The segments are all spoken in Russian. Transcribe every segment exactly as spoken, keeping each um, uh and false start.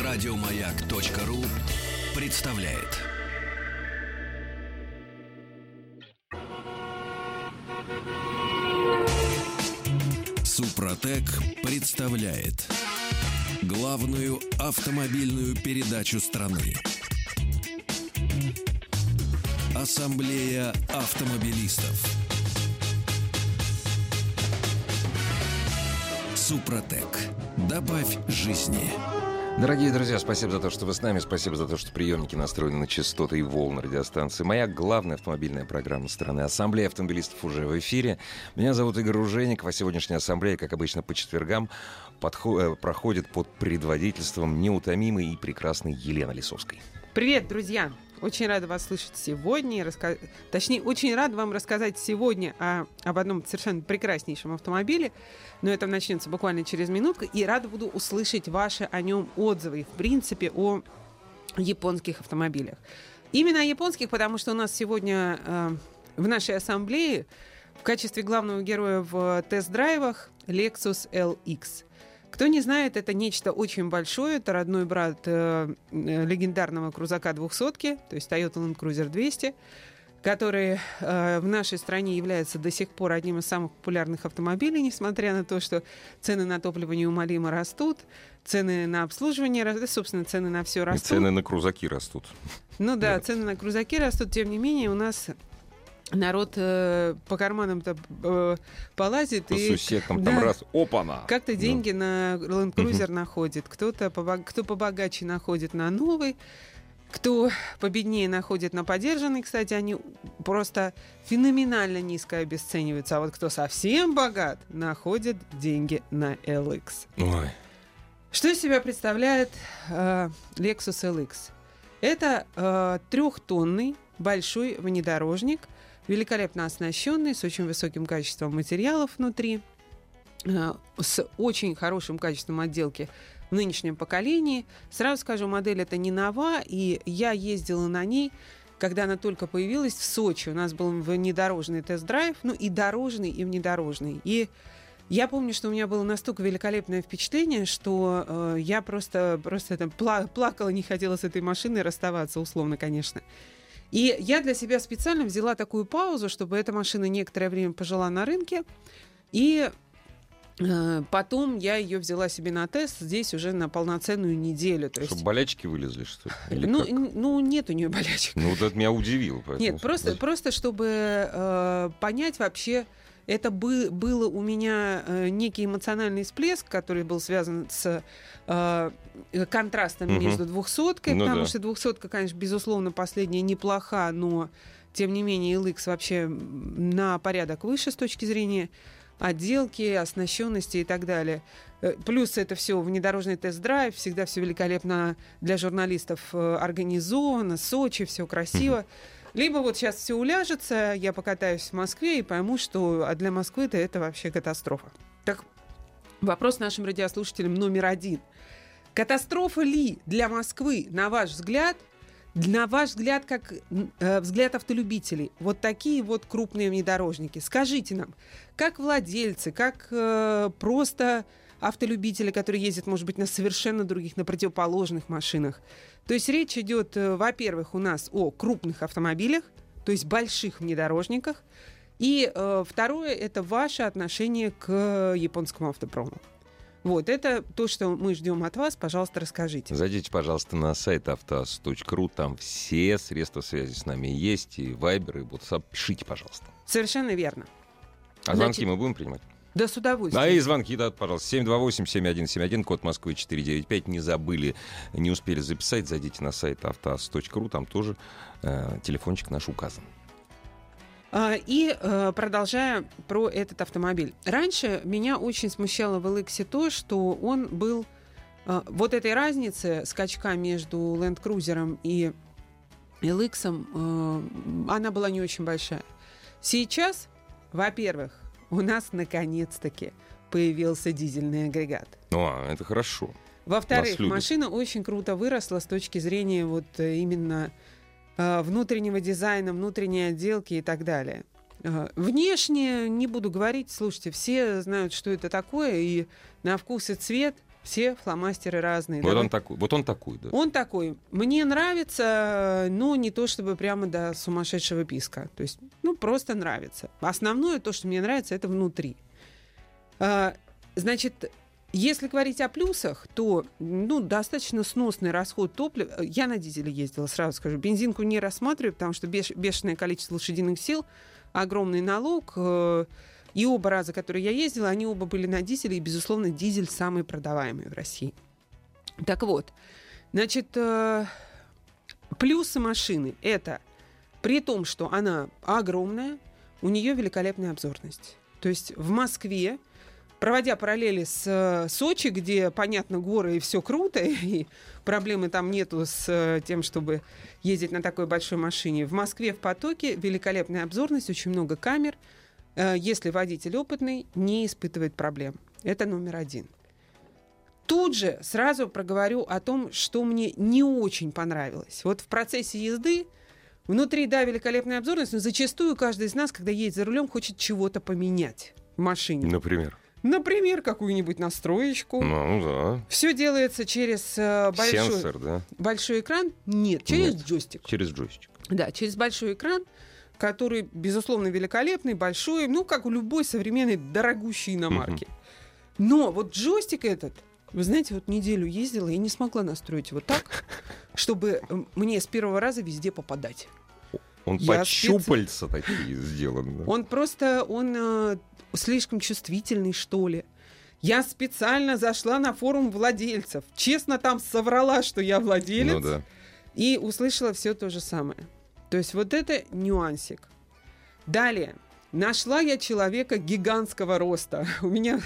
Радиомаяк.ру представляет. Супротек представляет главную автомобильную передачу страны. Ассамблея автомобилистов. Супротек. Добавь жизни. Дорогие друзья, спасибо за то, что вы с нами. Спасибо за то, что приемники настроены на частоты и волны радиостанции «Маяк». Главная автомобильная программа страны. Ассамблея автомобилистов уже в эфире. Меня зовут Игорь Ружейников, а сегодняшняя ассамблея, как обычно по четвергам, подход... проходит под предводительством неутомимой и прекрасной Елены Лисовской. Привет, друзья! Очень рада вас слышать сегодня. Раска... Точнее, очень рада вам рассказать сегодня о... об одном совершенно прекраснейшем автомобиле. Но это начнется буквально через минутку. И рада буду услышать ваши о нем отзывы. В принципе, о японских автомобилях. Именно о японских, потому что у нас сегодня э, в нашей ассамблее в качестве главного героя в тест-драйвах Lexus эл икс. Кто не знает, это нечто очень большое. Это родной брат э, легендарного крузака двухсотки, то есть Toyota Land Cruiser двести, который э, в нашей стране является до сих пор одним из самых популярных автомобилей, несмотря на то, что цены на топливо неумолимо растут, цены на обслуживание растут, собственно, цены на все растут. И цены на крузаки растут. Ну да, да, цены на крузаки растут, тем не менее у нас... Народ э, по карманам-то э, полазит. По и сусекам да, там раз, опа-на! Как-то деньги ну. на Land Cruiser угу. находит. Кто-то побо- кто побогаче находит на новый, кто победнее находит на подержанный. Кстати, они просто феноменально низко обесцениваются. А вот кто совсем богат, находит деньги на эл икс. Ой. Что из себя представляет э, Lexus эл икс? Это э, трехтонный большой внедорожник, великолепно оснащенный, с очень высоким качеством материалов внутри, э, с очень хорошим качеством отделки в нынешнем поколении. Сразу скажу, модель эта не нова, и я ездила на ней, когда она только появилась в Сочи. У нас был внедорожный тест-драйв, ну и дорожный, и внедорожный. И я помню, что у меня было настолько великолепное впечатление, что э, я просто, просто это, пла- плакала, не хотела с этой машиной расставаться, условно, конечно. И я для себя специально взяла такую паузу, чтобы эта машина некоторое время пожила на рынке. И э, потом я ее взяла себе на тест здесь уже на полноценную неделю. То Чтобы есть... болячки вылезли, что ли? Ну, н- ну, нет у нее болячек. Ну, вот это меня удивило. Нет, просто, просто чтобы э, понять вообще... Это бы, было у меня э, некий эмоциональный всплеск, который был связан с э, контрастом uh-huh. между двухсоткой, ну потому да. что двухсотка, конечно, безусловно, последняя неплоха, но, тем не менее, эл икс вообще на порядок выше с точки зрения отделки, оснащенности и так далее. Плюс это все внедорожный тест-драйв, всегда все великолепно для журналистов организовано, Сочи, все красиво. Uh-huh. Либо вот сейчас все уляжется, я покатаюсь в Москве и пойму, что а для Москвы-то это вообще катастрофа. Так, вопрос нашим радиослушателям номер один. Катастрофа ли для Москвы, на ваш взгляд, на ваш взгляд, как э, взгляд автолюбителей, вот такие вот крупные внедорожники? Скажите нам, как владельцы, как э, просто автолюбители, которые ездят, может быть, на совершенно других, на противоположных машинах. То есть речь идет, во-первых, у нас о крупных автомобилях, то есть больших внедорожниках. И э, второе, это ваше отношение к японскому автопрому. Вот, это то, что мы ждем от вас. Пожалуйста, расскажите. Зайдите, пожалуйста, на сайт автоаз точка ру. Там все средства связи с нами есть. И Viber, и WhatsApp. Пишите, пожалуйста. Совершенно верно. А звонки Значит... мы будем принимать? Да, с удовольствием. Да, и звонки, да, пожалуйста. семь два восемь семь один семь один, код Москвы четыре девять пять. Не забыли, не успели записать, зайдите на сайт автоаз точка ру, там тоже э, телефончик наш указан. А, и э, продолжая про этот автомобиль. Раньше меня очень смущало в эл икс то, что он был... Э, вот этой разницы, скачка между Land Cruiser и эл икс, э, она была не очень большая. Сейчас, во-первых, у нас наконец-таки появился дизельный агрегат. О, это хорошо. Во-вторых, машина очень круто выросла с точки зрения вот именно э, внутреннего дизайна, внутренней отделки и так далее. Э, внешне не буду говорить, слушайте, все знают, что это такое, и на вкус и цвет Все фломастеры разные. Вот Давай. он такой, вот он такой, да. Он такой. Мне нравится, но не то чтобы прямо до сумасшедшего писка. То есть, ну, просто нравится. Основное, то, что мне нравится, это внутри. А, значит, если говорить о плюсах, то, ну, достаточно сносный расход топлива. Я на дизеле ездила, сразу скажу. Бензинку не рассматриваю, потому что беш- бешеное количество лошадиных сил, огромный налог. Э- и оба раза, которые я ездила, они оба были на дизеле. И, безусловно, дизель самый продаваемый в России. Так вот, значит, э- плюсы машины — это при том, что она огромная, у нее великолепная обзорность. То есть в Москве, проводя параллели с Сочи, где, понятно, горы и все круто, и проблемы там нету с тем, чтобы ездить на такой большой машине. В Москве в потоке великолепная обзорность, очень много камер. Если водитель опытный, не испытывает проблем. Это номер один. Тут же сразу проговорю о том, что мне не очень понравилось. Вот в процессе езды внутри, да, великолепная обзорность, но зачастую каждый из нас, когда едет за рулем, хочет чего-то поменять в машине. Например? Например, какую-нибудь настроечку. Ну, да. Все делается через э, большой, Сенсор, да? большой экран. Нет, через Нет, джойстик. Через джойстик. Да, через большой экран, который, безусловно, великолепный, большой, ну, как у любой современной дорогущей иномарки. Uh-huh. Но вот джойстик этот, вы знаете, вот неделю ездила и не смогла настроить его так, чтобы мне с первого раза везде попадать. Он Я под щупальца специ... такие сделан. Да? Он просто, он э, слишком чувствительный, что ли. Я специально зашла на форум владельцев. Честно там соврала, что я владелец. Ну, да. И услышала все то же самое. То есть вот это нюансик. Далее. Нашла я человека гигантского роста. У меня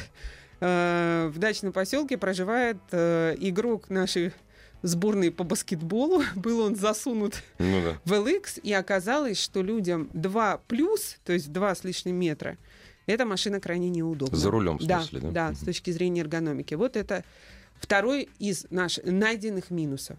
э, в дачном поселке проживает э, игрок нашей сборной по баскетболу. Был он засунут ну, да. в эл икс. И оказалось, что людям два плюс, то есть два с лишним метра, эта машина крайне неудобна. За рулем, в смысле, да? Да, да, с точки зрения эргономики. Вот это второй из наших найденных минусов.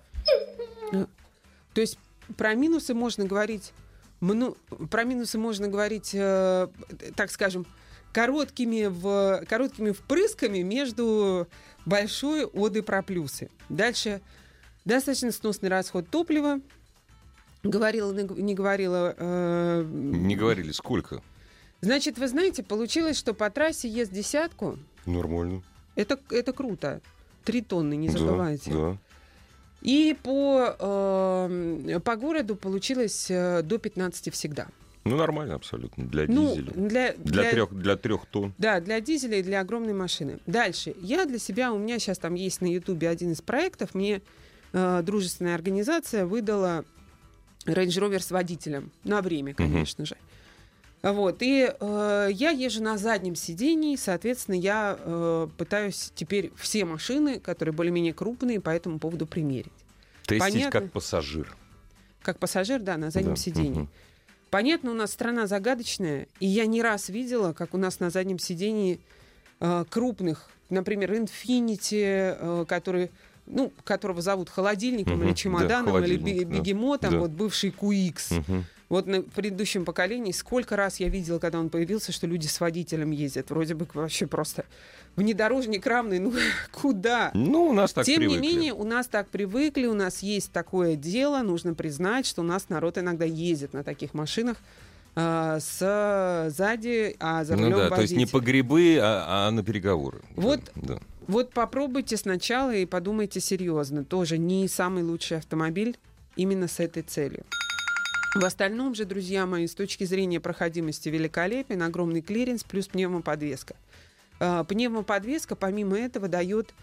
То есть про минусы можно говорить, ну, про минусы можно говорить, э, так скажем, короткими, в, короткими впрысками между большой одой про плюсы. Дальше достаточно сносный расход топлива. Говорила, не говорила. Э, не говорили, сколько? Значит, вы знаете, получилось, что по трассе ест десятку. Нормально. Это, это круто. Три тонны, не забывайте. Да, да. И по, э, по городу получилось э, до пятнадцати всегда. Ну, нормально абсолютно. Для ну, дизеля. Для, для, для, трех, для трех тонн. Да, для дизеля и для огромной машины. Дальше. Я для себя, у меня сейчас там есть на Ютубе один из проектов, мне э, дружественная организация выдала Range Rover с водителем. На время, конечно uh-huh. же. Вот. И э, я езжу на заднем сидении, соответственно, я э, пытаюсь теперь все машины, которые более-менее крупные, по этому поводу примерить. Тестить Понятно? Как пассажир. Как пассажир, да, на заднем да. сидении. Угу. Понятно, у нас страна загадочная, и я не раз видела, как у нас на заднем сидении э, крупных, например, Infiniti, э, который, ну, которого зовут холодильником угу. или чемоданом, да, или бегемотом, да. вот бывший кью икс. Угу. Вот на предыдущем поколении сколько раз я видела, когда он появился, что люди с водителем ездят. Вроде бы вообще просто внедорожник равный. Ну, куда? Ну, у нас так Тем привыкли. Тем не менее, у нас так привыкли, у нас есть такое дело. Нужно признать, что у нас народ иногда ездит на таких машинах э, с сзади, а за рулем ну, да, водитель. То есть не по грибы, а, а на переговоры. Вот, да. вот попробуйте сначала и подумайте серьезно. Тоже не самый лучший автомобиль именно с этой целью. В остальном же, друзья мои, с точки зрения проходимости великолепен, огромный клиренс плюс пневмоподвеска. Э, пневмоподвеска, помимо этого, дает,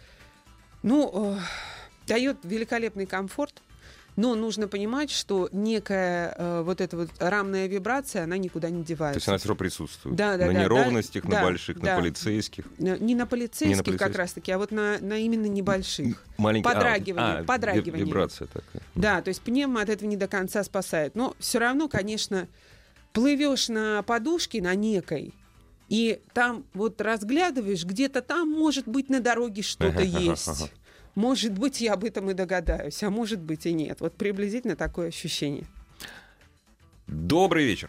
ну, э, дает великолепный комфорт, но нужно понимать, что некая э, вот эта вот рамная вибрация, она никуда не девается. То есть она все равно присутствует. Да, да, на да, неровностях, да, на да, больших, да. на полицейских. Не на полицейских, не на полицейских как раз-таки, а вот на, на именно небольших. Маленький... Подрагивание. А, подрагивание. Вибрация такая. Да, то есть пневмо от этого не до конца спасает. Но все равно, конечно, плывешь на подушке, на некой, и там вот разглядываешь, где-то там, может быть, на дороге что-то есть. Может быть, я об этом и догадаюсь, а может быть и нет. Вот приблизительно такое ощущение. Добрый вечер.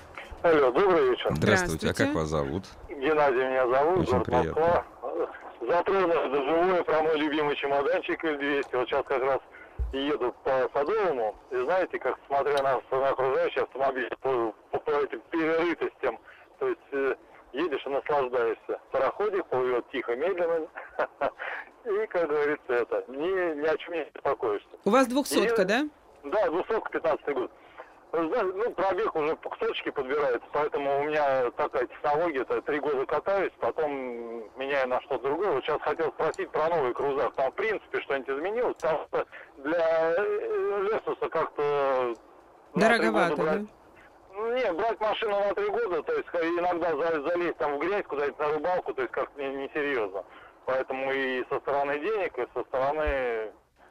Алло, добрый вечер. Здравствуйте. А как вас зовут? Геннадий меня зовут. Очень приятно. Москва. затронули за живое про мой любимый чемоданчик Эл двести. Вот сейчас как раз еду по Садовому, и знаете, как смотря на, на окружающий автомобиль, по, по, по этим перерытостям, то есть э, едешь и наслаждаешься. Пароходик плывет тихо, медленно, и, как говорится, это, ни, ни о чем не беспокоишься. У вас двухсотка, и, да? Да, двухсотка, пятнадцатый год. Ну, пробег уже к соточке подбирается, поэтому у меня такая технология, это три года катаюсь, потом меняю на что-то другое. Вот сейчас хотел спросить про новый крузак. Там, в принципе, что-нибудь изменилось? Потому что для Лексуса как-то... Дороговато, да? Ну, не, брать машину на три года, то есть иногда залезть там в грязь куда-нибудь на рыбалку, то есть как-то несерьезно. Поэтому и со стороны денег, и со стороны...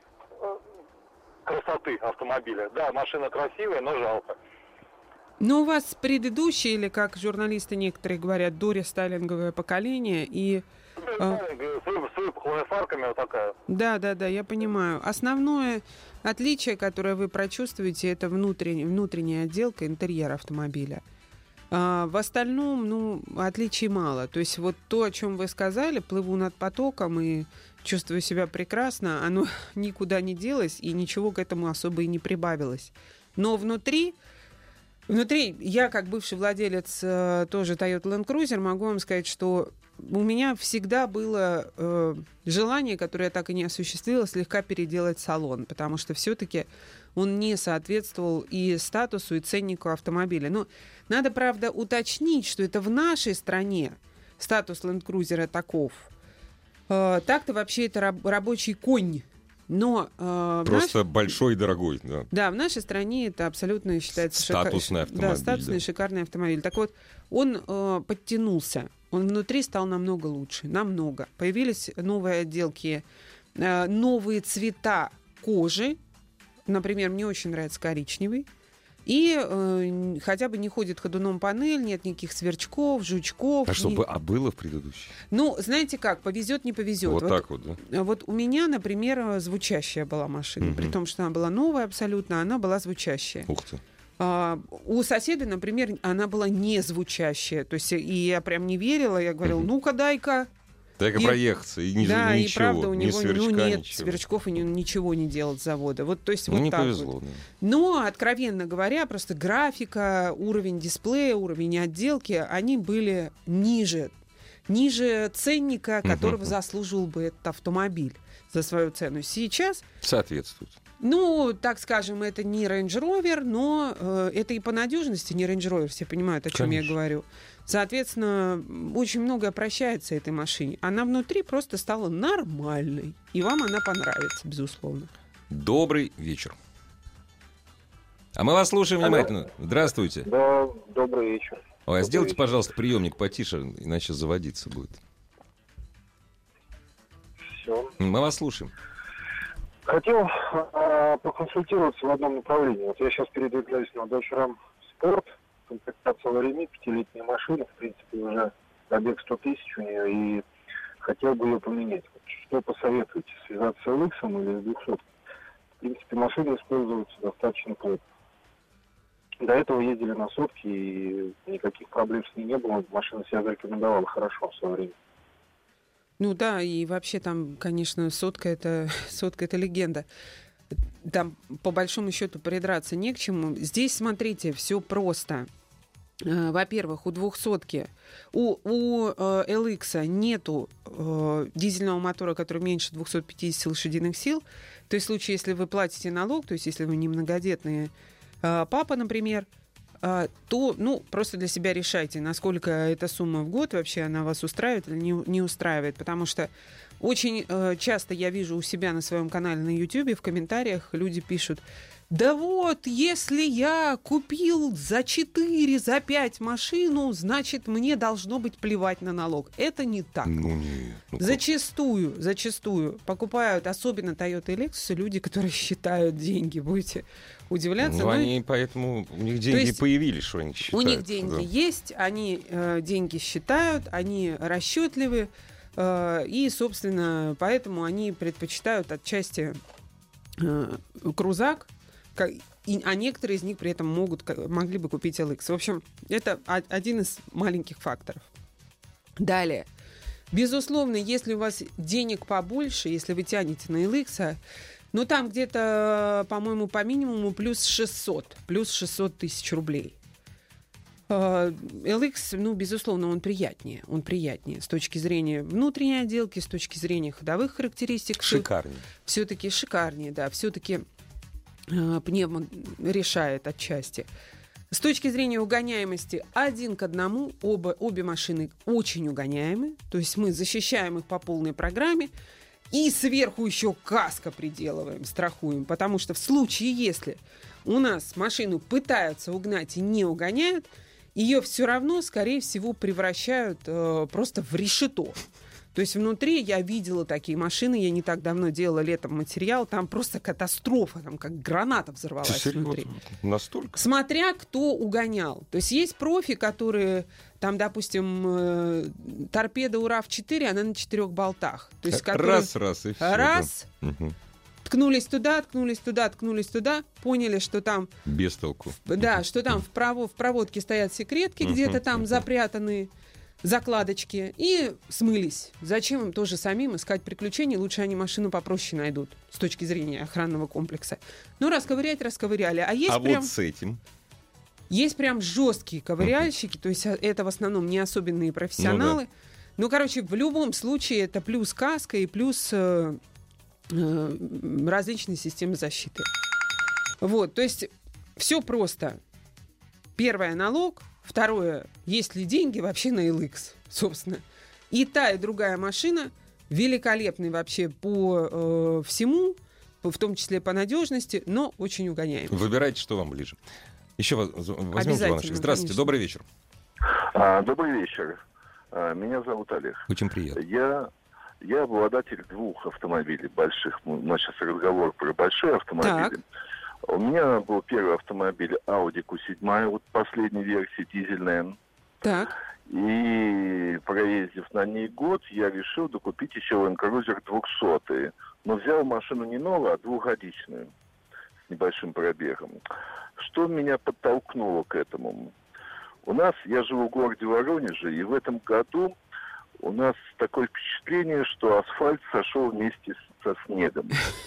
красоты автомобиля. Да, машина красивая, но жалко. Ну, у вас предыдущее, или, как журналисты некоторые говорят, дорестайлинговое поколение, и... Дорестайлинг, с выпуклыми фарками вот такая. Да, да, да, я понимаю. Основное отличие, которое вы прочувствуете, это внутренняя, внутренняя отделка, интерьера автомобиля. А в остальном, ну, отличий мало. То есть вот то, о чем вы сказали, плыву над потоком и чувствую себя прекрасно, оно никуда не делось, и ничего к этому особо и не прибавилось. Но внутри, внутри я, как бывший владелец э, тоже Toyota Land Cruiser, могу вам сказать, что у меня всегда было э, желание, которое я так и не осуществила, слегка переделать салон, потому что все-таки он не соответствовал и статусу, и ценнику автомобиля. Но надо, правда, уточнить, что это в нашей стране статус Land Cruiser таков. Э, так-то вообще это раб- рабочий конь. Но, э, Просто наш... большой и дорогой, да. Да, в нашей стране это абсолютно считается... Статусный шика... автомобиль. Да, статусный, да. Шикарный автомобиль. Так вот, он э, подтянулся. Он внутри стал намного лучше. Намного. Появились новые отделки, э, новые цвета кожи. Например, мне очень нравится коричневый. И э, хотя бы не ходит ходуном панель, нет никаких сверчков, жучков. А ни... что, а было в предыдущей? Ну, знаете как, повезет, не повезет. Вот, вот так вот, да? Вот у меня, например, звучащая была машина. Угу. При том, что она была новая абсолютно, она была звучащая. Ух ты. А, у соседа, например, она была не звучащая. То есть и я прям не верила, я говорила, угу. ну-ка, дай-ка. Дай-ка и... проехаться, и, не, да, ничего, и правда у ни него сверчка, ну, нет ничего. сверчков, и ничего не делал с завода. Вот, то есть, ну, вот не так повезло. Вот. Да. Но, откровенно говоря, просто графика, уровень дисплея, уровень отделки, они были ниже, ниже ценника, которого uh-huh. заслужил бы этот автомобиль за свою цену. Сейчас... Соответствует. Ну, так скажем, это не Range Rover, но э, это и по надежности не Range Rover, все понимают, о чем Конечно. Я говорю. Соответственно, очень многое прощается этой машине. Она внутри просто стала нормальной. И вам она понравится, безусловно. Добрый вечер. А мы вас слушаем внимательно. Алло. Здравствуйте. Да, добрый вечер. Ой, а сделайте, вечер. пожалуйста, приемник потише, иначе заводиться будет. Все. Мы вас слушаем. Хотел э, проконсультироваться в одном направлении. Вот я сейчас передвигаюсь на Dodge Ram Sport, комплектация Лареми, пятилетняя машина, в принципе, уже пробег сто тысяч у нее, и хотел бы ее поменять. Вот что посоветуете, связаться с эл икс или с двухсоткой? В принципе, машины используются достаточно плотно. До этого ездили на сотки, и никаких проблем с ней не было. Машина себя зарекомендовала хорошо в свое время. Ну да, и вообще там, конечно, сотка это, сотка это легенда. Там, по большому счету, придраться не к чему. Здесь, смотрите, все просто. Во-первых, у двухсотки, у, у э, эл икс нету э, дизельного мотора, который меньше двухсот пятидесяти лошадиных сил. То есть в случае, если вы платите налог, то есть если вы не многодетный э, папа, например, э, то, ну, просто для себя решайте, насколько эта сумма в год вообще она вас устраивает или не, не устраивает. Потому что очень э, часто я вижу у себя на своем канале на YouTube в комментариях люди пишут: да вот, если я купил за четыре, за пять машину, значит, мне должно быть плевать на налог. Это не так. Ну, нет. Ну, зачастую, зачастую покупают, особенно Toyota и Lexus, люди, которые считают деньги. Будете удивляться. Ну, но... они поэтому... У них деньги есть, появились, что они считают. У них деньги да. есть, они э, деньги считают, они расчетливы. Э, и, собственно, поэтому они предпочитают отчасти э, крузак, И, а некоторые из них при этом могут, могли бы купить эл икс. В общем, это один из маленьких факторов. Далее. Безусловно, если у вас денег побольше, если вы тянете на эл икс, ну там где-то, по-моему, по минимуму плюс шестьсот, плюс шестьсот тысяч рублей. эл икс, ну, безусловно, он приятнее. Он приятнее с точки зрения внутренней отделки, с точки зрения ходовых характеристик. Шикарнее. Все-таки шикарнее, да. Все-таки э, пневмо решает отчасти. С точки зрения угоняемости один к одному оба, обе машины очень угоняемы. То есть мы защищаем их по полной программе. И сверху еще каско приделываем, страхуем. Потому что в случае, если у нас машину пытаются угнать и не угоняют, ее все равно, скорее всего, превращают э, просто в решето. То есть внутри я видела такие машины, я не так давно делала летом материал, там просто катастрофа, там как граната взорвалась внутри. Настолько? Смотря кто угонял. То есть есть профи, которые, там, допустим, э, торпеда УРАВ четыре, она на четырех болтах. То есть, которые... Раз, раз, и все. Раз, да. ткнулись туда, ткнулись туда, ткнулись туда, поняли, что там... Без толку. Да, что там в, прово- в проводке стоят секретки, где-то там запрятаны закладочки, и смылись. Зачем им тоже самим искать приключений? Лучше они машину попроще найдут с точки зрения охранного комплекса. Ну, расковырять, расковыряли. А есть а прям... вот с этим? Есть прям жесткие ковыряльщики, то есть это в основном не особенные профессионалы. Ну, да. Ну, короче, в любом случае это плюс каска и плюс э, э, различные системы защиты. Вот, то есть все просто. Первое — налог. Второе, есть ли деньги вообще на эл икс, собственно. И та, и другая машина великолепны вообще по э, всему, в том числе по надежности, но очень угоняемы. Выбирайте, что вам ближе. Еще возьмем звоночек. Здравствуйте, конечно. Добрый вечер. А, добрый вечер. А, меня зовут Олег. Очень приятно. Я, я обладатель двух автомобилей больших. У нас сейчас разговор про большие автомобили. Так. У меня был первый автомобиль Audi кью семь, вот последней версии, дизельная. Так. И проездив на ней год, я решил докупить еще Land Cruiser двухсотый. Но взял машину не новую, а двухгодичную, с небольшим пробегом. Что меня подтолкнуло к этому? У нас, я живу в городе Воронеже, и в этом году у нас такое впечатление, что асфальт сошел вместе со снегом.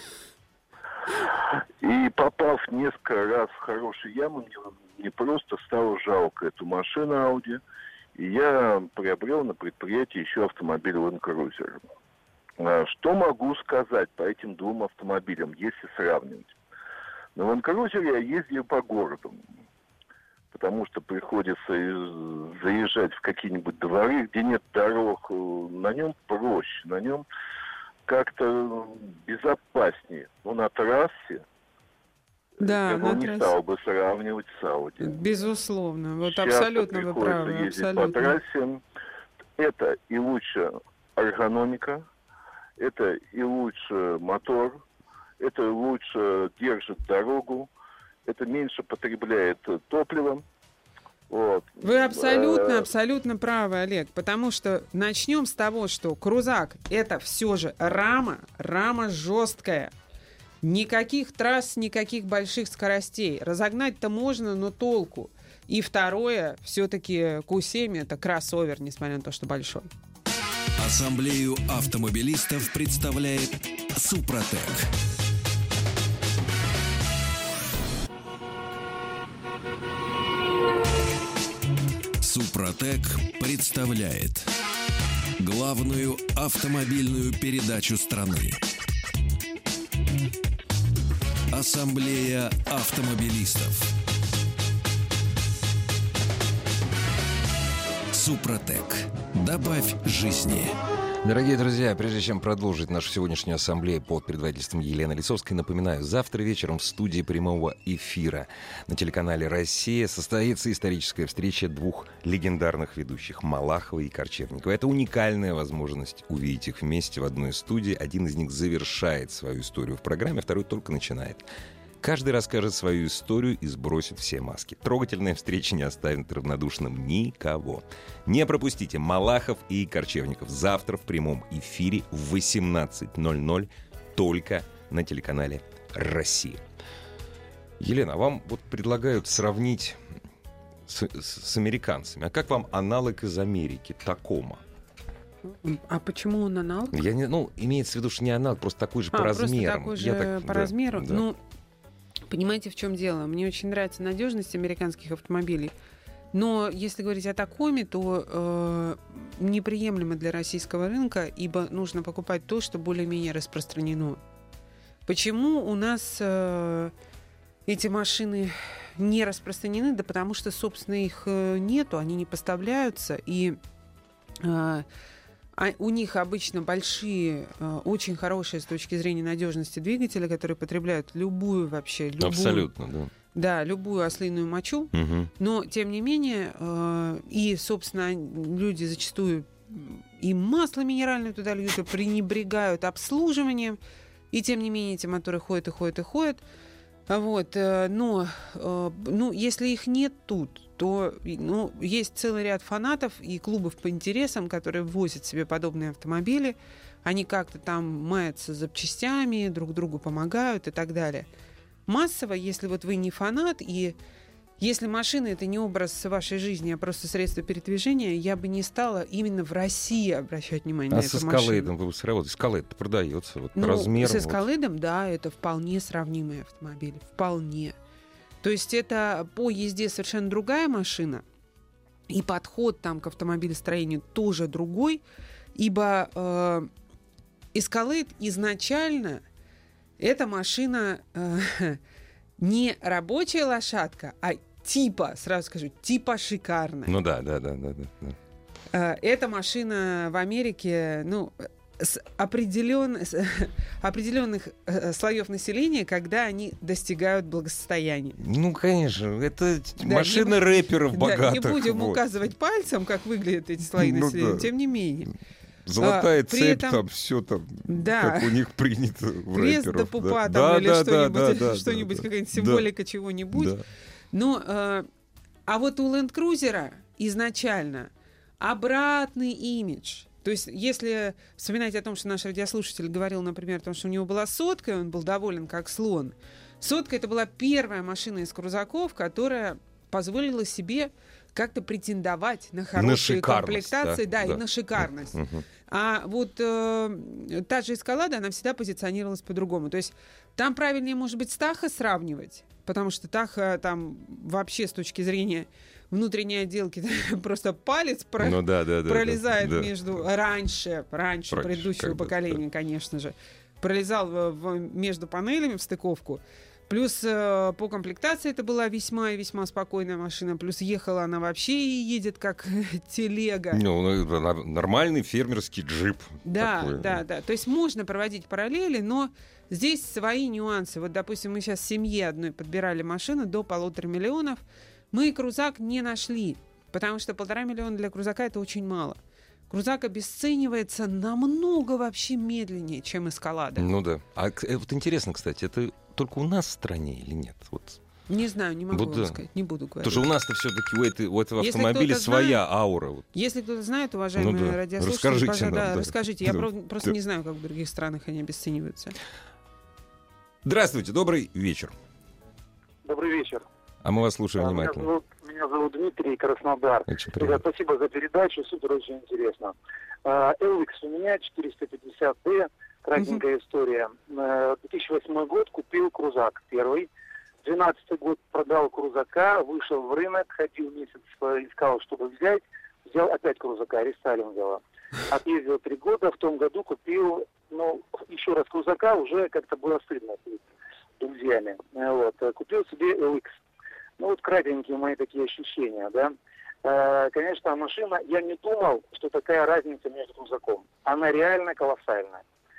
И попав несколько раз в хорошую яму, мне, мне просто стало жалко эту машину Audi. И я приобрел на предприятии еще автомобиль Land Cruiser. Что могу сказать по этим двум автомобилям, если сравнивать? На Land Cruiser я ездил по городу, потому что приходится заезжать в какие-нибудь дворы, где нет дорог. На нем проще, на нем как-то безопаснее. Но на трассе да, я на не трассе. стал бы сравнивать с Audi. Безусловно. Вот Часто абсолютно вы правы. ездить абсолютно. по трассе. Это и лучше эргономика, это и лучше мотор, это лучше держит дорогу, это меньше потребляет топлива. Вот. Вы абсолютно, абсолютно правы, Олег, потому что начнем с того, что крузак — это все же рама, рама жесткая. Никаких трасс, никаких больших скоростей. Разогнать-то можно, но толку. И второе, все-таки кью семь — это кроссовер, несмотря на то, что большой. Ассамблею автомобилистов представляет Супротек. Супротек представляет главную автомобильную передачу страны. Ассамблея автомобилистов. Супротек. Добавь жизни. Дорогие друзья, прежде чем продолжить нашу сегодняшнюю ассамблею под предводительством Елены Лицовской, напоминаю, завтра вечером в студии прямого эфира на телеканале «Россия» состоится историческая встреча двух легендарных ведущих — Малахова и Корчевникова. Это уникальная возможность увидеть их вместе в одной студии. Один из них завершает свою историю в программе, второй только начинает. Каждый расскажет свою историю и сбросит все маски. Трогательная встреча не оставит равнодушным никого. Не пропустите Малахов и Корчевников завтра в прямом эфире в восемнадцать ноль ноль только на телеканале «Россия». Елена, а вам вот предлагают сравнить с, с, с американцами. А как вам аналог из Америки, Такома? А почему он аналог? Я не, ну, имеется в виду, что не аналог, просто такой же а, по просто размерам. такой же Я так, по да, размеру? да. Ну, понимаете, в чем дело? Мне очень нравится надежность американских автомобилей. Но если говорить о Такоме, то э, неприемлемо для российского рынка, ибо нужно покупать то, что более-менее распространено. Почему у нас э, эти машины не распространены? Да потому что, собственно, их нету, они не поставляются, и э, а у них обычно большие, э, очень хорошие с точки зрения надежности двигатели, которые потребляют любую вообще, любую, Абсолютно, да. Да, любую ослиную мочу, Угу. но, тем не менее, э, и, собственно, люди зачастую и масло минеральное туда льют, и пренебрегают обслуживанием, и, тем не менее, эти моторы ходят и ходят и ходят. Вот, э, но, э, ну, если их нет тут, то, ну, есть целый ряд фанатов и клубов по интересам, которые возят себе подобные автомобили. Они как-то там маятся запчастями, друг другу помогают и так далее. Массово, если вот вы не фанат, и если машина — это не образ вашей жизни, а просто средство передвижения, я бы не стала именно в России обращать внимание А на с эту машину. эскалейдом вы бы сработали? Эскалейд продается, вот, Ну, размер. с эскалейдом, да, это вполне сравнимый автомобиль. Вполне. То есть это по езде совершенно другая машина, и подход там к автомобилестроению тоже другой, ибо э, эскалейд изначально эта машина э, не рабочая лошадка, а типа, сразу скажу, типа шикарная. Ну да, да, да, да, да, да. Э, эта машина в Америке, ну, с, определен, с определенных э, слоев населения, когда они достигают благосостояния. Ну, конечно, это Да, машина не, рэперов богатых. Да, не будем вот. указывать пальцем, как выглядят эти слои Ну населения, да. тем не менее. Золотая А, при цепь, этом- там все там, Да. как у них принято в Крест рэперов. до пупа да. там Да, или да, что-нибудь, да, да, что-нибудь да, какая-нибудь да. символика чего-нибудь. Да. Но, э, а вот у Land Cruiser изначально обратный имидж. То есть, если вспоминать о том, что наш радиослушатель говорил, например, о том, что у него была сотка, и он был доволен как слон. Сотка — это была первая машина из крузаков, которая позволила себе как-то претендовать на хорошие шикарность, комплектации, да, да, да. и на шикарность. Мгм. А вот э, та же эскалада, она всегда позиционировалась по-другому. То есть там правильнее, может быть, с Таха сравнивать, потому что Таха там вообще с точки зрения внутренней отделки просто палец про- Ну да, да, да. пролезает да, да. между... Раньше, раньше, Раньше, предыдущего когда-то, поколения, конечно же, пролезал в- в- между панелями в стыковку. Плюс э, по комплектации это была весьма и весьма спокойная машина. Плюс ехала она вообще и едет как телега. Ну, ну, это на- нормальный фермерский джип. Да, такой. да, да. То есть можно проводить параллели, но здесь свои нюансы. Вот, допустим, мы сейчас семье одной подбирали машину до полутора миллионов. Мы крузак не нашли, потому что полтора миллиона для крузака — это очень мало. Крузак обесценивается намного вообще медленнее, чем эскалада. Ну да. А к- э, вот интересно, кстати, это только у нас в стране или нет? Вот. Не знаю, не могу Вот вам да. сказать, не буду говорить. Потому что у нас-то все-таки у, этой- у этого Если автомобиля кто-то своя аура. Вот. Если кто-то знает, уважаемые Ну да. радиослушатели, Расскажите пожалуйста, нам, да, да. расскажите. Я Да. про- просто Да. не знаю, как в других странах они обесцениваются. Здравствуйте, добрый вечер. Добрый вечер. А мы вас слушаем А, Меня внимательно. зовут, меня зовут Дмитрий, Краснодар. Очень Ребят, приятно. спасибо за передачу, супер, очень интересно. А, Элвикс у меня четыреста пятьдесят дэ, кратенькая история. А, две тысячи восьмой год, купил крузак первый. двенадцатый год продал крузака, вышел в рынок, ходил месяц, э, искал, чтобы взять. Взял опять крузака, рестайлингового. Отъездил три года, в том году купил, ну, еще раз крузака, уже как-то было стыдно перед друзьями. Э, Вот. э, Купил себе эл икс. Ну вот кратенькие мои такие ощущения, да. Э, Конечно, машина, я не думал, что такая разница между крузаком. Она реально колоссальная.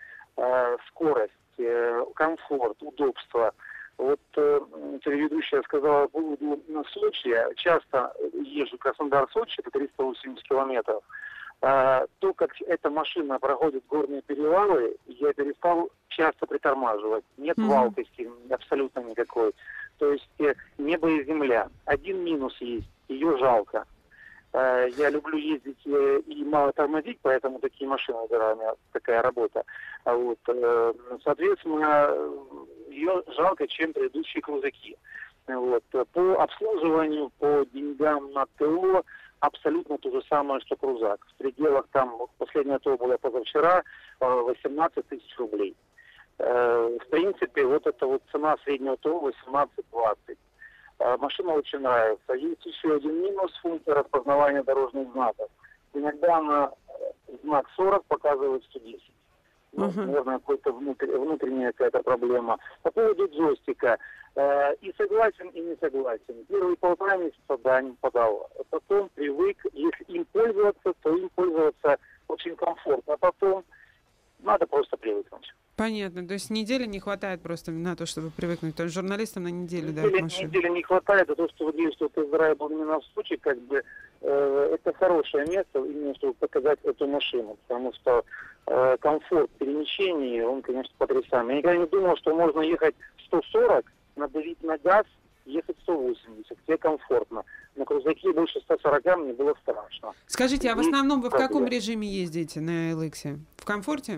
Э, Скорость, э, комфорт, удобство. Вот э, телеведущая сказала по поводу на Сочи. Я часто езжу Краснодар-Сочи, это триста восемьдесят километров. А, то, как эта машина проходит горные перевалы, я перестал часто притормаживать. Нет Мгм. валкости абсолютно никакой. То есть э, небо и земля. Один минус есть, ее жалко. Э, я люблю ездить э, и мало тормозить, поэтому такие машины выбираю, у меня такая работа. А вот, э, соответственно, ее жалко, чем предыдущие крузаки. Вот. По обслуживанию, по деньгам на ТО, абсолютно то же самое, что крузак. В пределах там, последнее то было позавчера, восемнадцать тысяч рублей. В принципе, вот это вот цена среднего ТО восемнадцать-двадцать. Машина очень нравится. Есть еще один минус — функция распознавания дорожных знаков. Иногда она знак сорок показывает сто десять. Ну, uh-huh. наверное, какая-то внутрь, внутренняя какая-то проблема. По поводу джойстика. Э, и согласен, и не согласен. Первые полтора месяца, да, не подал. Потом привык. Если им пользоваться, то им пользоваться очень комфортно. А потом надо просто привыкнуть. Понятно. То есть недели не хватает просто на то, чтобы привыкнуть. То есть журналистам на неделю дают недели, машину. Недели не хватает, а то, что вы говорите, что тест-драйв был именно в Сочи, как бы э, это хорошее место, именно чтобы показать эту машину. Потому что э, комфорт перемещений, он, конечно, потрясающий. Я никогда не думал, что можно ехать сто сорок, надавить на газ, ехать сто восемьдесят, где комфортно. На крузаке больше сто сорок мне было страшно. Скажите, а в основном вы в каком режиме ездите на эл икс? В комфорте?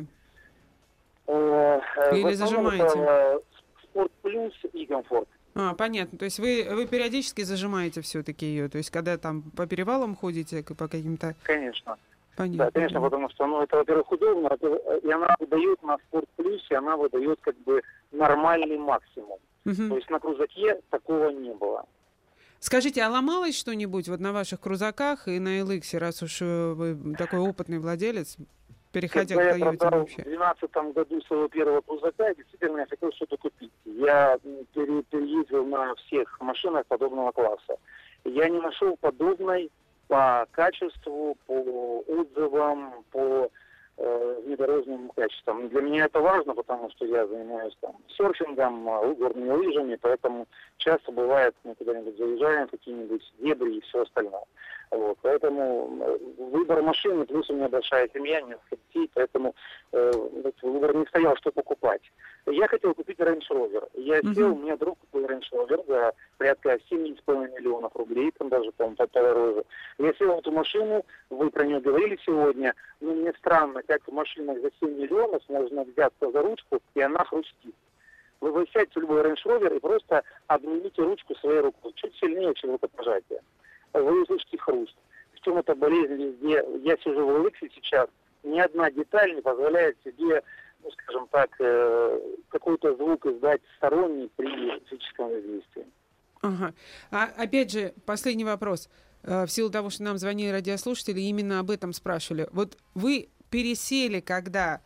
Или зажимаете? Спорт плюс и комфорт. А, понятно. То есть вы, вы периодически зажимаете все-таки ее? То есть когда там по перевалам ходите, по каким-то... Конечно. Понятно. Да, конечно, потому что, ну, это, во-первых, удобно, и она выдает на спорт плюсе, она выдает как бы нормальный максимум. Угу. То есть на крузаке такого не было. Скажите, а ломалось что-нибудь вот на ваших крузаках и на эл икс, раз уж вы такой опытный владелец? Переходя Когда к я продал вообще. в две тысячи двенадцатом году своего первого крузака, действительно, я хотел что-то купить. Я пере- переездил на всех машинах подобного класса. Я не нашел подобной по качеству, по отзывам, по э, внедорожным качествам. Для меня это важно, потому что я занимаюсь там серфингом, горными лыжами, поэтому часто бывает, мы куда-нибудь заезжаем, какие-нибудь дебри и все остальное. Вот, поэтому выбор машины, плюс у меня большая семья, несколько детей, поэтому э, выбор не стоял, что покупать. Я хотел купить Range Rover. Я uh-huh. сел, у меня друг купил Range Rover за порядка семь с половиной миллионов рублей, там даже, по-моему, подороже. Я сел в эту машину, вы про нее говорили сегодня, но мне странно, как в машинах за семь миллионов можно взяться за ручку, и она хрустит. Вы вы сядьте в любой Range Rover и просто обнимите ручку своей рукой, чуть сильнее, чем рукопожатие. Вы услышите хруст. В чем эта болезнь везде? Я сижу в эл икс сейчас, ни одна деталь не позволяет себе, ну, скажем так, э, какой-то звук издать сторонний при физическом воздействии. Ага. А опять же, последний вопрос. В силу того, что нам звонили радиослушатели, именно об этом спрашивали. Вот вы пересели когда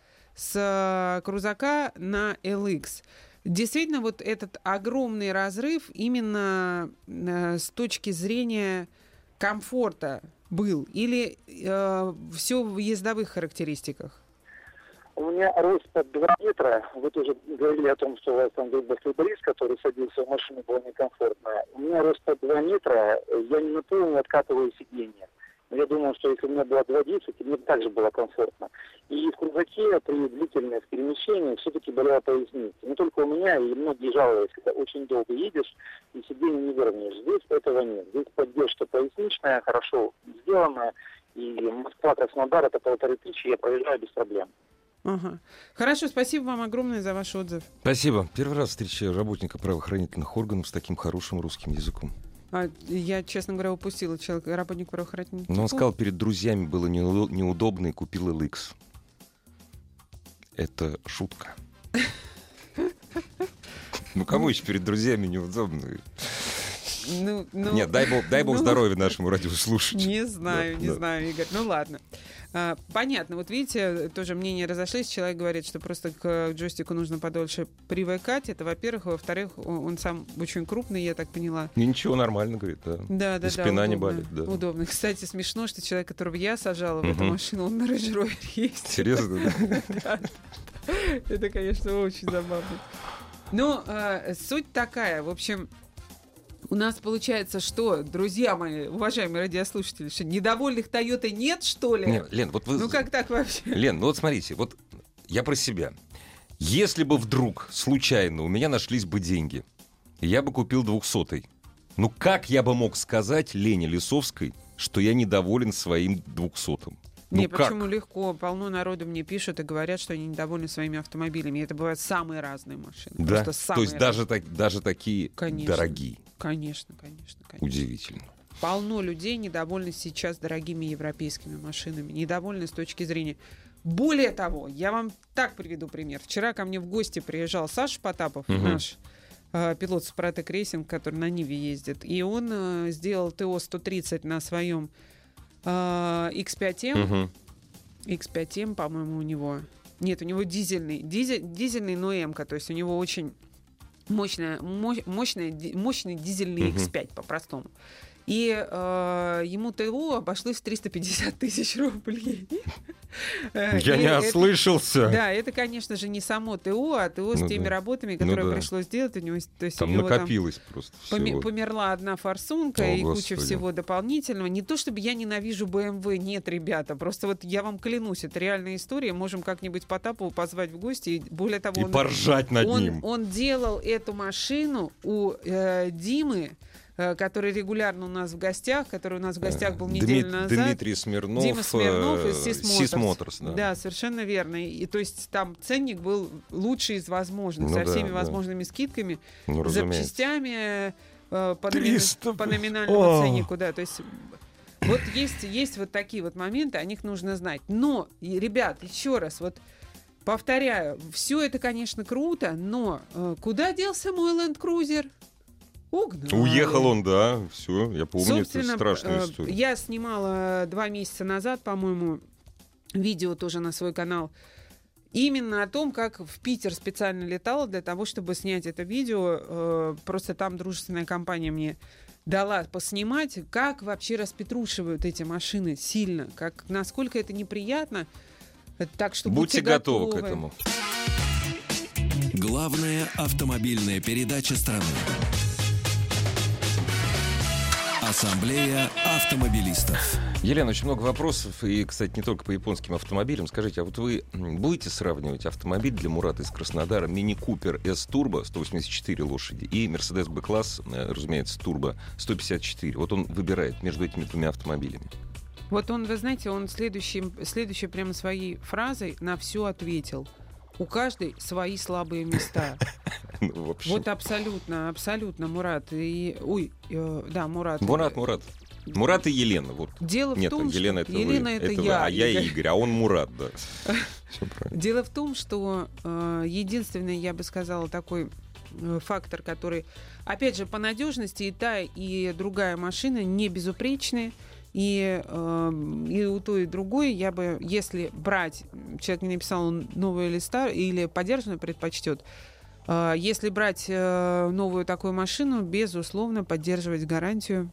с крузака на эл икс. Действительно, вот этот огромный разрыв именно э, с точки зрения комфорта был? Или э, все в ездовых характеристиках? У меня рост под два метра. Вы тоже говорили о том, что у вас там был баскетболист, который садился в машину, было некомфортно. У меня рост под два метра. Я не на полную откатываю сиденье. Я думал, что если у меня было два десять, мне также было комфортно. И в крузаке при длительных перемещениях все-таки болела поясница. Не только у меня, и многие жаловались, когда очень долго едешь, и сиденье не вернешь. Здесь этого нет. Здесь поддержка поясничная, хорошо сделанная. И Москва-Краснодар — это полторы тысячи, я проезжаю без проблем. Ага. Хорошо, спасибо вам огромное за ваш отзыв. Спасибо. Первый раз встречаю работника правоохранительных органов с таким хорошим русским языком. А, я, честно говоря, упустила человека, работник правоохранительных. Но он сказал, перед друзьями было неудобно и купил эл икс. Это шутка. Ну, кому еще перед друзьями неудобно? Ну, ну... Нет, дай бог, дай бог ну, здоровья нашему радиослушателю. Не знаю, да, не да. знаю, Игорь. Ну ладно. А, понятно. Вот видите, тоже мнения разошлись. Человек говорит, что просто к джойстику нужно подольше привыкать. Это, во-первых. Во-вторых, он сам очень крупный, я так поняла. И ничего, нормально, говорит, да. Да, да, и спина да, не удобно, болит, да. Удобно. Кстати, смешно, что человек, которого я сажала в Угу. эту машину, он на Range Rover есть. Серьезно, да? Это, конечно, очень забавно. Но суть такая, в общем... У нас получается, что, друзья мои, уважаемые радиослушатели, что недовольных Тойотой нет, что ли? Нет, Лен, вот вы... Ну как так вообще? Лен, ну вот смотрите, вот я про себя. Если бы вдруг, случайно, у меня нашлись бы деньги, я бы купил двухсотый. Ну как я бы мог сказать Лене Лисовской, что я недоволен своим двухсотым? Ну, не, как? почему легко? Полно народу мне пишут и говорят, что они недовольны своими автомобилями. И это бывают самые разные машины. Да, Просто то есть разные. даже, так, даже такие Конечно. дорогие. Конечно, конечно, конечно. Удивительно. полно людей недовольны сейчас дорогими европейскими машинами, недовольны с точки зрения... Более того, я вам так приведу пример. Вчера ко мне в гости приезжал Саша Потапов, угу. наш э, пилот Супротек Рейсинг, который на Ниве ездит, и он э, сделал ТО сто тридцать на своем э, икс пять эм. Угу. икс пять эм, по-моему, у него... Нет, у него дизельный, дизель, дизельный, но М-ка, то есть у него очень мощная, мощная, мощный дизельный угу. икс пять, по-простому. И э, ему ТО обошлось в триста пятьдесят тысяч рублей. Я не ослышался. Да, это, конечно же, не само ТО, а ТО с теми работами, которые пришлось сделать. У него там накопилось просто всего. Померла одна форсунка и куча всего дополнительного. Не то, чтобы я ненавижу бэ эм вэ, нет, ребята. Просто вот я вам клянусь, это реальная история. Можем как-нибудь Потапову позвать в гости. И более того, и поржать над ним. Он делал эту машину у Димы, который регулярно у нас в гостях, который у нас в гостях был неделю Дмит, назад. Дмитрий Смирнов. Дима Смирнов из Сис Моторс. Да. да, совершенно верно. И то есть там ценник был лучший из возможных, ну, со да, всеми да. возможными скидками, ну, запчастями э, по, номи... по номинальному О! ценнику. Да, то есть вот есть, есть вот такие вот моменты, о них нужно знать. Но, ребят, еще раз, вот повторяю, все это, конечно, круто, но э, куда делся мой Land Cruiser? Угнали. Уехал он, да, все, я помню эту страшную историю. Я снимала два месяца назад, по-моему, видео тоже на свой канал, именно о том, как в Питер специально летала для того, чтобы снять это видео. Просто там дружественная компания мне дала поснимать, как вообще распетрушивают эти машины сильно, как, насколько это неприятно. Так что будьте, будьте готовы. готовы к этому. Главная автомобильная передача страны. Ассамблея автомобилистов. Елена, очень много вопросов, и, кстати, не только по японским автомобилям. Скажите, а вот вы будете сравнивать автомобиль для Мурата из Краснодара, Мини Купер эс Turbo, сто восемьдесят четыре лошади, и Mercedes B-класс, разумеется, Turbo, сто пятьдесят четыре. Вот он выбирает между этими двумя автомобилями. Вот он, вы знаете, он следующим, следующей прямо своей фразой на все ответил. У каждой свои слабые места. Ну, вот абсолютно, абсолютно, Мурат. И, ой, э, да, Мурат. Мурат, Мурат. Мурат и Елена. Вот. Дело Нет, в том, Елена, что... это Елена вы, это, это я. Вы, а я и Игорь, а он Мурат, да. Дело в том, что э, единственный, я бы сказала, такой э, фактор, который, опять же, по надежности и та, и другая машина не безупречные. И, э, и у той, и другой я бы, если брать, человек мне написал, он новую или старую, или подержанную предпочтет, э, если брать э, новую такую машину, безусловно, поддерживать гарантию.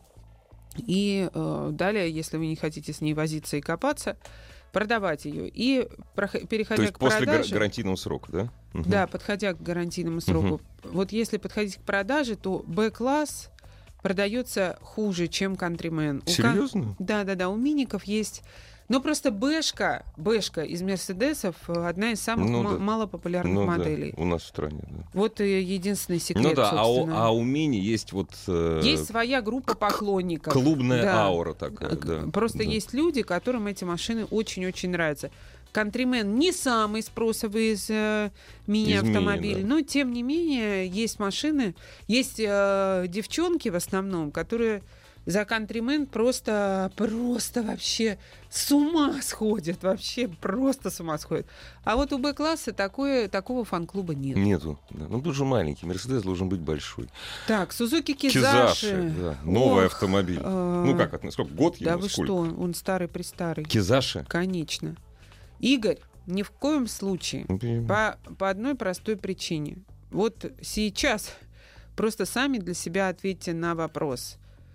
И э, далее, если вы не хотите с ней возиться и копаться, продавать ее. И прох- переходя То есть к после продаже... гарантийного срока, да? Угу. Да, подходя к гарантийному сроку. Угу. Вот если подходить к продаже, то Б-класс продается хуже, чем Countryman. Серьезно? Да-да-да, у миников есть... Но просто Бэшка, Бэшка из Мерседесов одна из самых ну, м- да. малопопулярных ну, моделей. Да. У нас в стране, да. Вот единственный секрет, ну, да, собственно. А у, а у Мини есть вот... Э, есть своя группа поклонников. Клубная да. аура такая, да. Просто да. есть люди, которым эти машины очень-очень нравятся. Countryman не самый спросовый из э, мини-автомобилей, да. но, тем не менее, есть машины, есть э, девчонки в основном, которые за Countryman просто, просто вообще с ума сходят, вообще просто с ума сходят. А вот у Б-класса такое, такого фан-клуба нет. Нету. Да. Ну, тут же маленький, Мерседес должен быть большой. Так, Сузуки Кизаши. Кизаши, да. Новый Ох, автомобиль. Э, ну как, сколько? Год ему? Да вы сколько? что, он старый-престарый. Кизаши? Конечно. Игорь, ни в коем случае. По, по одной простой причине. Вот сейчас просто сами для себя ответьте на вопрос.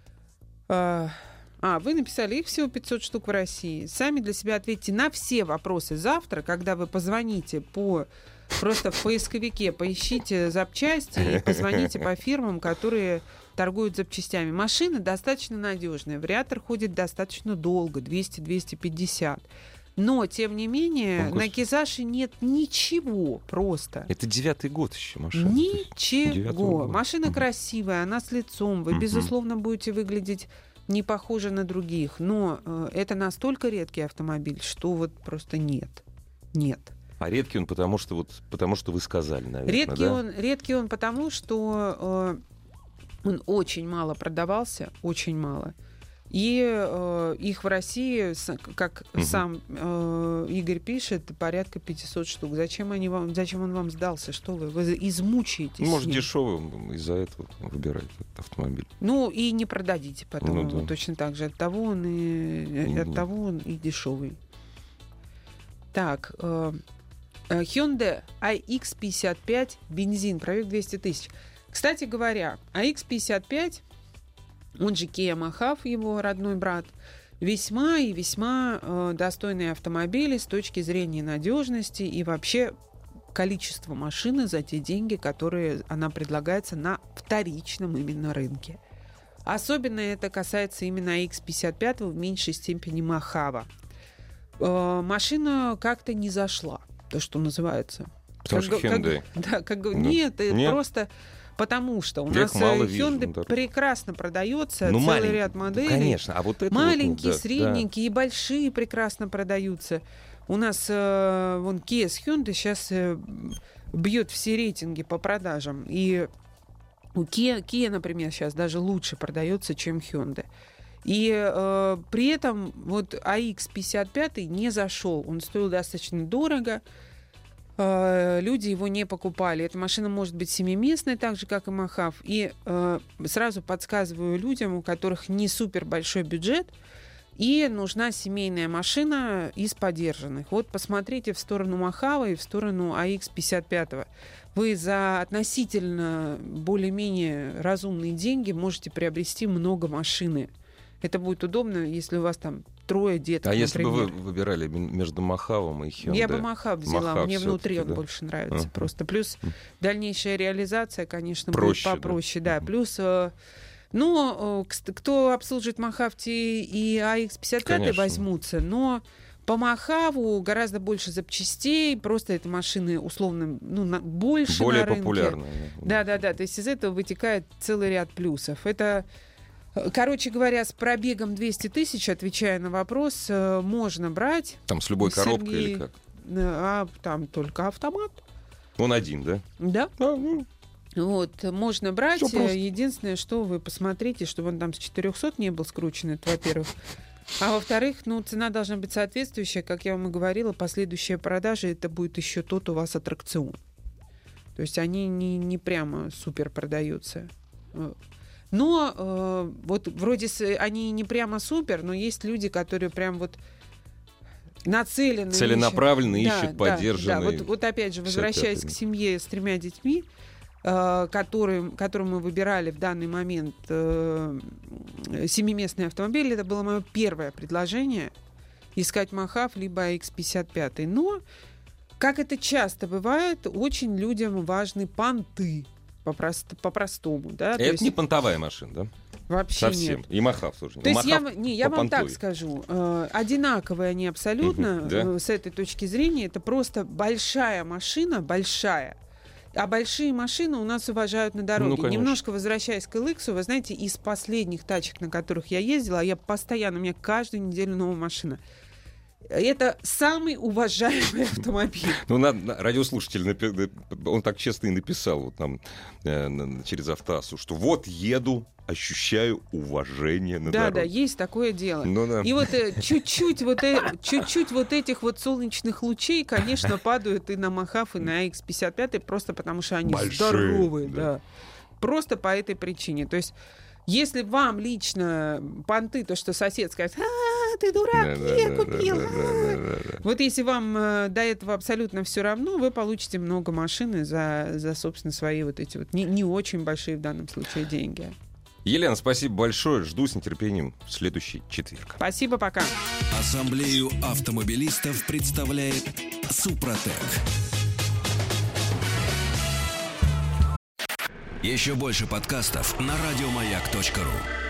А, а, вы написали, их всего пятьсот штук в России. Сами для себя ответьте на все вопросы завтра, когда вы позвоните по... Просто в поисковике поищите запчасти и позвоните по фирмам, которые торгуют запчастями. Машина достаточно надежная. Вариатор ходит достаточно долго, двести - двести пятьдесят. Но, тем не менее, О, на Кизаше нет ничего просто. Это девятый год еще машина. Ничего. Машина угу. красивая, она с лицом. Вы, угу. безусловно, будете выглядеть не похоже на других. Но э, это настолько редкий автомобиль, что вот просто нет. Нет. А редкий он потому, что, вот, потому что вы сказали, наверное, редкий, да? он, редкий он потому, что э, он очень мало продавался, очень мало. И э, их в России, как угу. сам э, Игорь пишет, порядка пятьсот штук. Зачем, они вам, зачем он вам сдался? Что вы? Вы измучаетесь. Ну, может, дешевый из-за этого выбирать этот автомобиль. Ну, и не продадите потом. Ну, да. Точно так же. От того он и, ну, от да. того он и дешевый. Так. Э, Hyundai ай икс пятьдесят пять бензин, пробег двести тысяч. Кстати говоря, ай икс пятьдесят пять, он же Kia Mahav, его родной брат, весьма и весьма э, достойные автомобили с точки зрения надежности и вообще количества машины за те деньги, которые она предлагается на вторичном именно рынке. Особенно это касается именно ай икс пятьдесят пять, в меньшей степени Mahav. Э, машина как-то не зашла, то, что называется. Потому как, что Hyundai. Как, да, как, ну, нет, нет, просто потому что у я нас Hyundai вижу, прекрасно продается, ну, целый ряд моделей. Конечно, а вот это маленькие, вот, да, средненькие да. и большие прекрасно продаются. У нас э, вон Kia с Hyundai сейчас э, бьет все рейтинги по продажам. И у Kia, Kia, например, сейчас даже лучше продается, чем Hyundai. И э, при этом вот ай икс пятьдесят пять не зашел. Он стоил достаточно дорого. Э, люди его не покупали. Эта машина может быть семиместной, так же, как и Mahav. И э, сразу подсказываю людям, у которых не супер большой бюджет, и нужна семейная машина из подержанных. Вот посмотрите в сторону Mahav и в сторону ай икс пятьдесят пять. Вы за относительно более-менее разумные деньги можете приобрести много машины. Это будет удобно, если у вас там трое деток, А например. если бы вы выбирали между Махавом и Hyundai? Я бы Mahav взяла, Mahav мне внутри он да? больше нравится. Uh-huh. Просто плюс дальнейшая реализация, конечно, проще, будет попроще. Да. Да. Плюс, ну, кто обслуживает Mahav, те и ай икс пятьдесят пять конечно. Возьмутся, но по Mahav гораздо больше запчастей, просто это машины условно ну, на, больше более на рынке. популярные. Да-да-да, то есть из этого вытекает целый ряд плюсов. Это... Короче говоря, с пробегом двести тысяч, отвечая на вопрос, можно брать. Там с любой коробкой Сергей... или как? А там только автомат. Он один, да? Да. А, ну... Вот, можно брать. Единственное, что вы посмотрите, чтобы он там с четырехсот не был скручен, это во-первых. А во-вторых, ну, цена должна быть соответствующая. Как я вам и говорила, последующая продажа, это будет еще тот у вас аттракцион. То есть они не, не прямо супер продаются. Но э, вот вроде они не прямо супер, но есть люди, которые прям вот нацелены. Целенаправленно ищут, ищут да, поддержанные. Да, вот, вот опять же, возвращаясь к семье с тремя детьми, э, которые, которым мы выбирали в данный момент э, семиместный автомобиль, это было мое первое предложение искать Mahav либо ай икс пятьдесят пять. Но, как это часто бывает, очень людям важны понты. По-прост, по-простому, да? Это То есть... не понтовая машина, да? Вообще совсем. нет. И Mahav тоже. То есть Mahav я, не, я вам так скажу. Э, одинаковые они абсолютно uh-huh, да? э, с этой точки зрения. Это просто большая машина, большая. А большие машины у нас уважают на дороге. Ну, немножко возвращаясь к эл икс, вы знаете, из последних тачек, на которых я ездила, я постоянно, у меня каждую неделю новая машина. Это самый уважаемый автомобиль. Ну, надо, радиослушатель, он так честно и написал вот нам э, через Автоассу, что вот еду, ощущаю уважение на да, дороге. Да, да, есть такое дело. Ну, да. И вот э, чуть-чуть, вот, э, чуть-чуть вот этих вот солнечных лучей, конечно, падают и на Mahav, и на ай икс пятьдесят пять, просто потому что они большие, здоровые. Да. Да. Просто по этой причине. То есть если вам лично понты, то, что сосед скажет, а, ты дурак, да, я да, купил. Да, да, да, да, да. Вот если вам э, до этого абсолютно все равно, вы получите много машины за, за собственно, свои вот эти вот не, не очень большие в данном случае деньги. Елена, спасибо большое. Жду с нетерпением в следующий четверг. Спасибо, пока. Ассамблею автомобилистов представляет Супротек. Еще больше подкастов на радиомаяк точка ру.